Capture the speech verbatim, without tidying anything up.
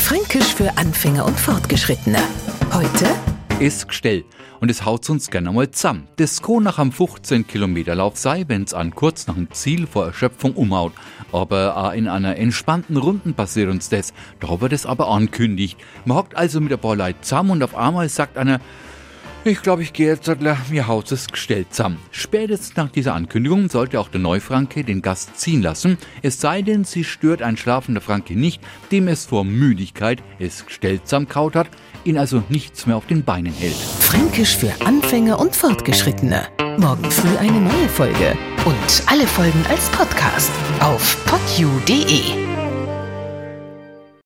Fränkisch für Anfänger und Fortgeschrittene. Heute ist Gstell. Und es haut uns gerne mal zusammen. Das kann nach einem fünfzehn Kilometer Lauf sei, wenn's an kurz nach dem Ziel vor Erschöpfung umhaut. Aber auch in einer entspannten Runden passiert uns das. Da wird es aber ankündigt. Man hockt also mit ein paar Leuten zusammen und auf einmal sagt einer: Ich glaube, ich gehe jetzt, mir haut es Gstell zusammen. Spätestens nach dieser Ankündigung sollte auch der Neufranke den Gast ziehen lassen. Es sei denn, sie stört ein schlafender Franke nicht, dem es vor Müdigkeit es Gstell zusammenkaut hat, ihn also nichts mehr auf den Beinen hält. Fränkisch für Anfänger und Fortgeschrittene. Morgen früh eine neue Folge. Und alle Folgen als Podcast auf podu punkt de.